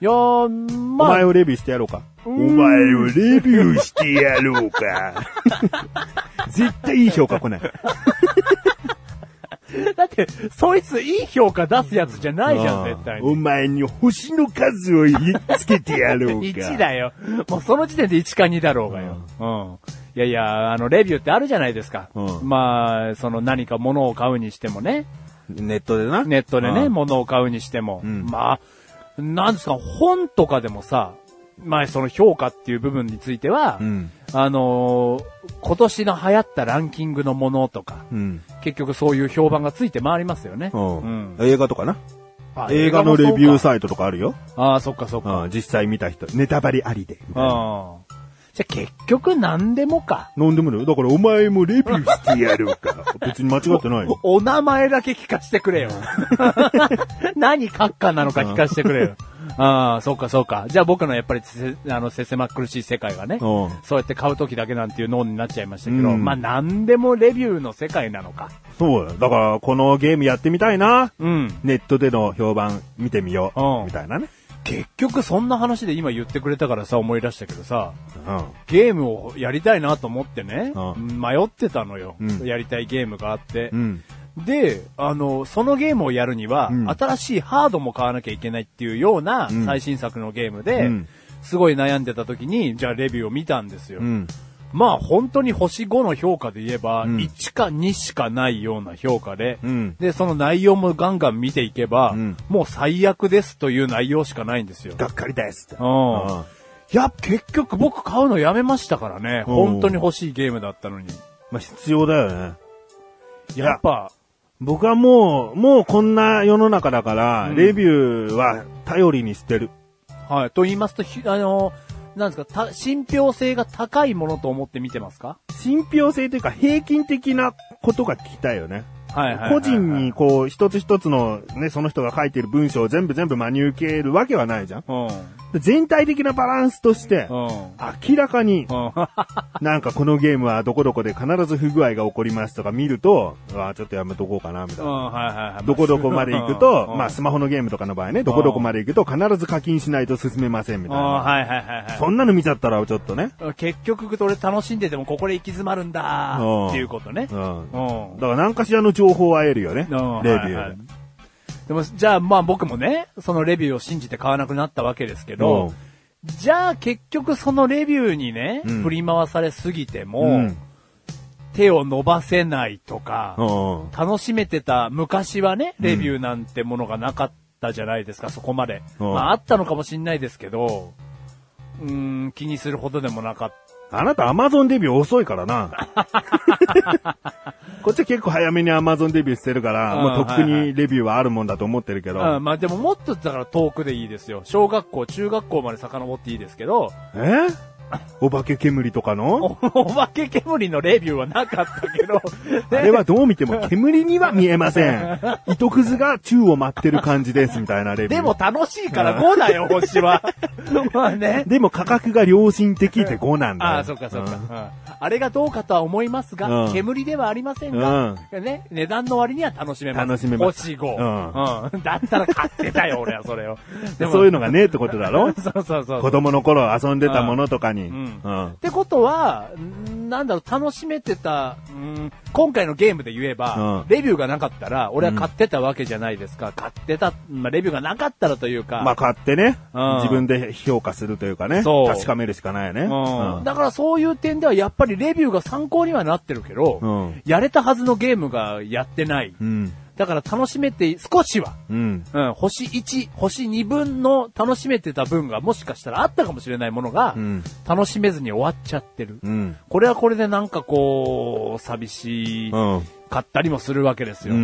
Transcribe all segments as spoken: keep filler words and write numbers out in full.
いやー、まあ。 お前をレビューしてやろうか。お前をレビューしてやろうか。絶対いい評価来ない。 だって、そいついい評価出すやつじゃないじゃん、絶対に。 お前に星の数をつけてやろうか。 いちだよ。もうその時点でいちかにだろうがよ。うん。うん、いやいや、あの、レビューってあるじゃないですか。うん、まあ、その何か物を買うにしてもね。 ネットでな。 ネットでね、物を買うにしても。うん、まあ、なんですか、本とかでもさ、まあその評価っていう部分については、うん、あのー、今年の流行ったランキングのものとか、うん、結局そういう評判がついて回りますよね。うんうん、映画とかな。映画のレビューサイトとかあるよ。 ああ、そっかそっか。 実際見た人、ネタバレありで。みたいな。 じゃあ結局何でもか。 何でもね。だからお前もレビューしてやるか。別に間違ってないよ。 お, お名前だけ聞かせてくれよ。何閣下なのか聞かせてくれよ。ああ、そうかそうか。じゃあ僕のやっぱりせ、あの、せせま苦しい世界がね、そうやって買う時だけなんていう脳になっちゃいましたけど、うん、まあ何でもレビューの世界なのか。 そうだ。だからこのゲームやってみたいな。うん。ネットでの評判見てみよう。うん、みたいなね。 結局そんな話で今言ってくれたからさ思い出したけどさ、うん、ゲームをやりたいなと思ってね、うん、迷ってたのよ、うん、やりたいゲームがあって、うん、で、あの、そのゲームをやるには、うん、新しいハードも買わなきゃいけないっていうような最新作のゲームで、うん、すごい悩んでた時に、じゃあレビューを見たんですよ。うん、まあ本当に星ごの評価で言えば、うん、いちかにしかないような評価で、うん、で、その内容もガンガン見ていけば、うん、もう最悪ですという内容しかないんですよ。 がっかりですって。 うん。いや、結局僕買うのやめましたからね。本当に欲しいゲームだったのに。 まあ必要だよね。 やっぱ、 僕はもう、もうこんな世の中だから、うん、レビューは頼りにしてる。 はい。と言いますと、あの、なんですか、た、信憑性が高いものと思って見てますか？ 信憑性というか平均的なことが聞きたいよね。はいはいはいはい、個人にこう一つ一つのね、その人が書いてる文章を全部全部真に受けるわけはないじゃん。うん、全体的なバランスとして、うん、明らかに、うん、なんかこのゲームはどこどこで必ず不具合が起こりますとか見ると、あちょっとやめとこうかなみたいな。うんはいはいはい、どこどこまで行くと、うん、まあスマホのゲームとかの場合ね、どこどこまで行くと必ず課金しないと進めませんみたいな。はいはいはいはい、そんなの見ちゃったらちょっとね。 結局俺楽しんでてもここで行き詰まるんだーっていうことね。うんうん、だから何かしらの情報は得るよね。レビュー、はいはい。 でも、じゃあまあ僕もね、そのレビューを信じて買わなくなったわけですけど、うん、じゃあ結局そのレビューにね、うん、振り回されすぎても、うん、手を伸ばせないとか、うん、楽しめてた昔はね、レビューなんてものがなかったじゃないですか、そこまで。うん、まああったのかもしんないですけど、うーん、気にするほどでもなかった。 あなたアマゾンデビュー遅いからな。こっち結構早めにアマゾンデビューしてるから、もうとっくにレビューはあるもんだと思ってるけど。 うん、まあでももっとだから遠くでいいですよ。小学校、中学校まで遡っていいですけど。 えお化け煙とかのお, お化け煙のレビューはなかったけど、 ね、あれはどう見ても煙には見えません。糸くずが宙を舞ってる感じですみたいなレビュー。 でも楽しいからごだよ、星は。まあね。 でも価格が良心的ってごなんだよ。 ああ、そっかそっか、うん。あれがどうかとは思いますが、うん、煙ではありませんが、うん、ね、値段の割には楽しめます。 楽しめます。 星ご。うんうん、だったら買ってたよ、俺はそれを。 でもそういうのがねえってことだろそうそうそう。 子供の頃遊んでたものとかに。 うんうんってことは、なんだろう、楽しめてた、うん、今回のゲームで言えば、うん、レビューがなかったら、俺は買ってたわけじゃないですか。うん、買ってた、まあ、レビューがなかったらというか。 まあ、買ってね、うん、自分で評価するというかね、確かめるしかないよね、 うんうん。だからそういう点では、やっぱりレビューが参考にはなってるけど、うん、やれたはずのゲームがやってない。うんだから楽しめて、少しは、うんうん、星いち、星にぶんの楽しめてた分がもしかしたらあったかもしれないものが、うん、楽しめずに終わっちゃってる、うん。これはこれでなんかこう、寂しい、かったりもするわけですよ。うん、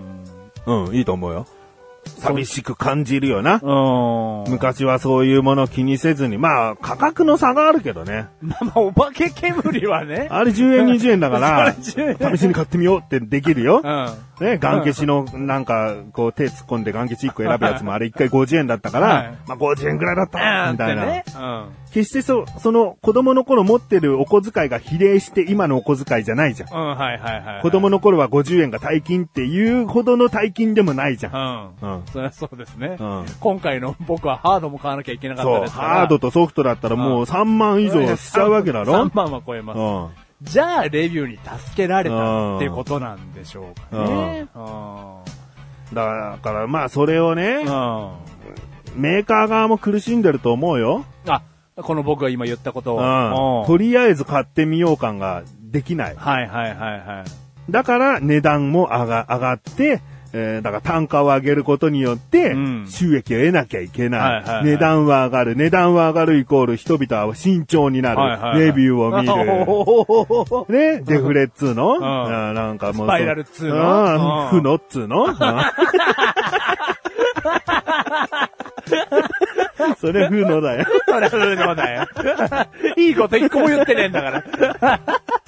うん、うん、いいと思うよ。寂しく感じるよな。昔はそういうものを気にせずに。まあ、価格の差があるけどね。 まあまあ、お化け煙はね。 あれじゅうえん、にじゅうえんだから、試しに買ってみようってできるよ。うん、ね、ガン消しのなんか、こう手突っ込んでガン消しいっこ選ぶやつもあれいっかいごじゅうえんだったから、はい、まあごじゅうえんくらいだったみたいな。ねうん、 決してそ、その子供の頃持ってるお小遣いが比例して今のお小遣いじゃないじゃん。 うん、はいはいはい、はい。 子供の頃はごじゅうえんが大金っていうほどの大金でもないじゃん。 うん。うん。そりゃそうですね。 うん。 今回の僕はハードも買わなきゃいけなかったですから。 そう、ハードとソフトだったらもうさんまん以上しちゃうわけだろ？ さん 万は超えます。うん。じゃあ、レビューに助けられたっていうことなんでしょうかね。うん。 だから、まあ、それをね、うん、メーカー側も苦しんでると思うよ。 あ、この僕が今言ったことを。うん。とりあえず買ってみよう感ができない。 はいはいはいはい。 だから、値段も上が、上がって、えー、だから単価を上げることによって、収益を得なきゃいけない。うんはいはいはい、値段は上がる。値段は上がるイコール人々は慎重になる。はいはいはい、レビューを見る。ね、デフレっつーの、うん、あなんかもう。 スパイラルっつーの。 負のっつーの。それ負のだよ。 それ負のだよ。いいこと一個も言ってねえんだから。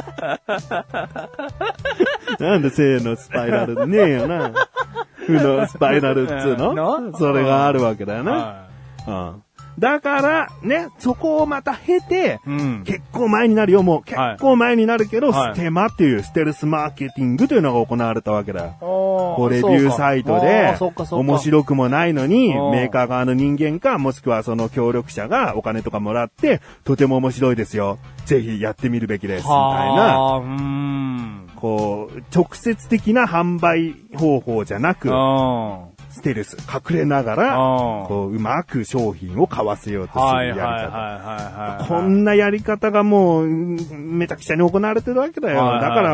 なんで正のスパイラルねえよな。負のスパイラルっつうのそれがあるわけだよな。うん。だから、ね、そこをまた経て、うん、結構前になるよ、もう結構前になるけど、はい、ステマっていうステルスマーケティングというのが行われたわけだよ。こうレビューサイトで、面白くもないのに、メーカー側の人間か、もしくはその協力者がお金とかもらって、とても面白いですよ。ぜひやってみるべきです。みたいな。うーんこう、直接的な販売方法じゃなく、ステルス、隠れながら、こう、うまく商品を買わせようとするやり方。こんなやり方がもう、めちゃくちゃに行われてるわけだよ。だから、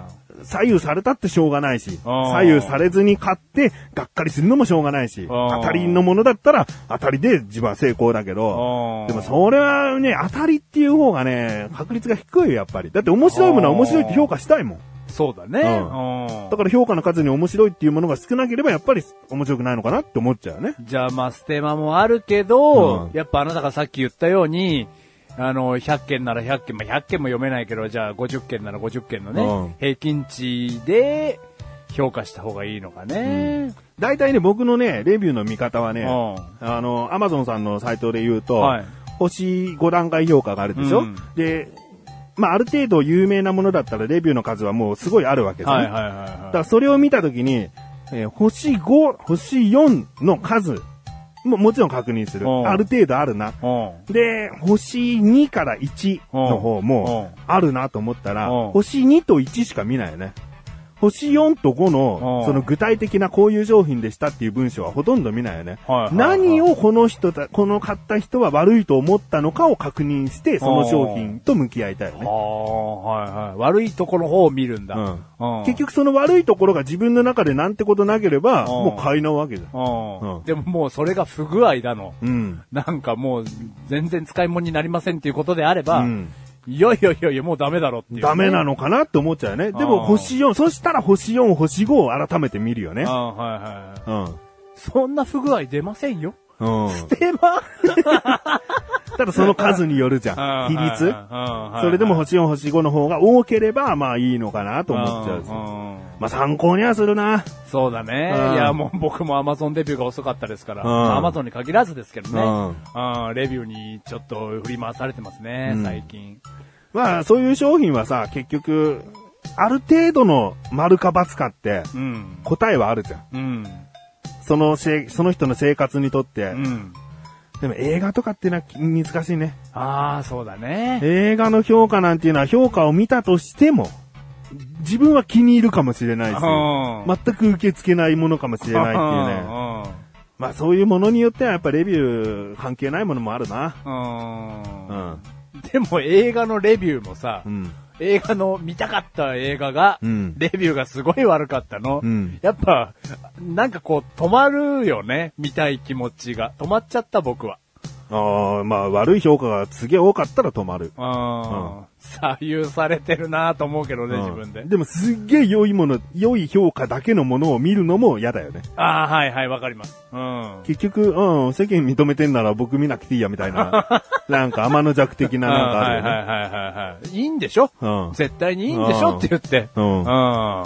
左右されたってしょうがないし、左右されずに買って、がっかりするのもしょうがないし、当たりのものだったら、当たりで自分は成功だけど、でもそれはね、当たりっていう方がね、確率が低いよ、やっぱり。だって面白いものは面白いって評価したいもん。 そうだね、 うん。だから評価の数に面白いっていうものが少なければやっぱり面白くないのかなって思っちゃうね。 じゃあまあステマもあるけど、うん、やっぱあなたがさっき言ったように、あの、ひゃっけんならひゃっけん、まあひゃっけんも読めないけど、じゃあごじゅっけんならごじゅっけんのね、うん、平均値で評価した方がいいのかね。 大体、うん、ね、僕のね、レビューの見方はね、うん、あの、アマゾンさんのサイトで言うと、はい、星ご段階評価があるでしょ、うん、で、まあ、ある程度有名なものだったらレビューの数はもうすごいあるわけですね。はいはいはいはい。だからそれを見たときに、えー、星ご、星よんの数ももちろん確認する。ある程度あるな。で、星にからいちの方もあるなと思ったら、星にといちしか見ないよね。星よんとごの、その具体的なこういう商品でしたっていう文章はほとんど見ないよね。はいはいはい、何をこの人だ、この買った人は悪いと思ったのかを確認して、その商品と向き合いたいよね。 はいはい、悪いところの方を見るんだ、 うんうん。結局その悪いところが自分の中でなんてことなければ、もう買いなわけだ、 うん。でももうそれが不具合だの。うん、なんかもう全然使い物になりませんっていうことであれば、うんいやいやいやいや、もうダメだろっていう、ね。 ダメなのかなって思っちゃうよね。でも星よん、そしたら星よん、星ごを改めて見るよね。ああ、はいはい。うん。そんな不具合出ませんよ。うん。ステマただその数によるじゃん。比率。それでも星よん、星ごの方が多ければ、まあいいのかなと思っちゃうし。まあ参考にはするな。 そうだね。いやもう僕も Amazon デビューが遅かったですから。Amazon に限らずですけどね。うん。レビューにちょっと振り回されてますね、最近。 まあそういう商品はさ、結局、ある程度の丸か×かって、答えはあるじゃん。うん。そのせ、その人の生活にとって、うん、でも映画とかっていうのは難しいね。 ああ、そうだね。 映画の評価なんていうのは評価を見たとしても、自分は気に入るかもしれないし、全く受け付けないものかもしれないっていうね。まあそういうものによってはやっぱレビュー関係ないものもあるな。 うん。でも映画のレビューもさ、うん映画の見たかった映画が、うん、レビューがすごい悪かったの、うん、やっぱなんかこう止まるよね見たい気持ちが止まっちゃった僕は。 ああまあ悪い評価がすげえ多かったら止まる。 あ、うん、左右されてるなと思うけどね、うん、自分で。 でもすっげえ良いもの良い評価だけのものを見るのも嫌だよね。 ああはいはいわかります。うん。 結局うん世間認めてんなら僕見なくていいやみたいななんか天の弱的ななんかあるよね。はいはいはいはい。いいんでしょ、うん、絶対にいいんでしょって言って。うん。うん。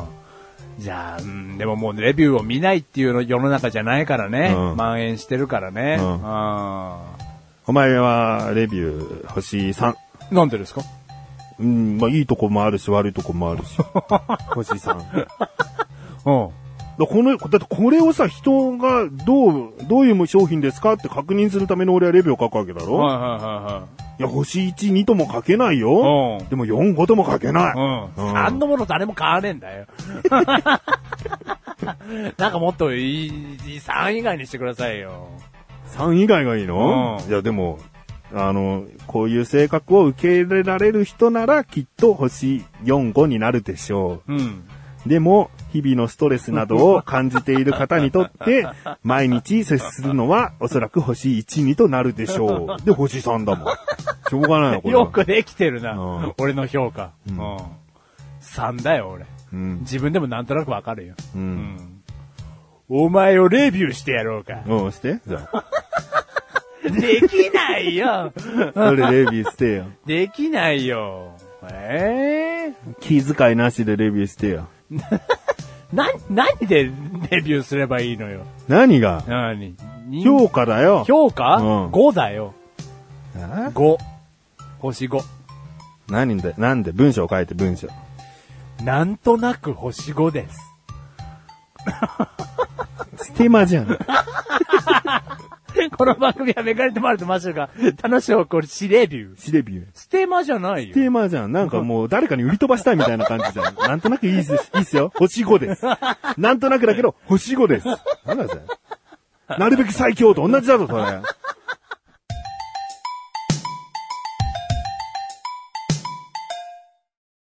じゃあ、うん、でももうレビューを見ないっていうの世の中じゃないからね。うん、蔓延してるからね。うん。あお前は、レビュー、星さん。 なんでですか？ うん、まあ、いいとこもあるし、悪いとこもあるし。星さん。うん。だこの、だってこれをさ、人がどう、どういう商品ですかって確認するための俺はレビューを書くわけだろ？ はいはいはいはい。 いや、星いち、にとも書けないよ。うん。でもよん、ごとも書けない。 うん。うん、さんのもの誰も買わねえんだよ。なんかもっといい、さん以外にしてくださいよ。 さん以外がいいの？うん。いや、でも、あの、こういう性格を受け入れられる人ならきっと星よん、ごになるでしょう。うん。でも、日々のストレスなどを感じている方にとって、毎日接するのはおそらく星いち、にとなるでしょう。で、星さんだもん。しょうがないな、これ。 よくできてるな、うん、俺の評価。うん。さんだよ、俺。うん、自分でもなんとなくわかるよ。うん。うん、お前をレビューしてやろうか。 うん、してじゃあ。 できないよ。 それレビューしてよ。 できないよ。えー、気遣いなしでレビューしてよ。 な、何でレビューすればいいのよ。 何が？ 何？ 評価だよ。 評価？うん、ごだよ。ご。星ご。 何で、なんで文章を書いて文章。 なんとなく星ごです。 ステマじゃん。 この番組はめかれてまるとましょうが、楽しいこれ、シレビュー。 シレビュー。 ステマじゃないよ。 ステマじゃん。なんかもう誰かに売り飛ばしたいみたいな感じじゃん。なんとなくいいです。いいっすよ。星ごです。なんとなくだけど、星ごです。なんだそれ。なるべく最強と同じだぞ、それ。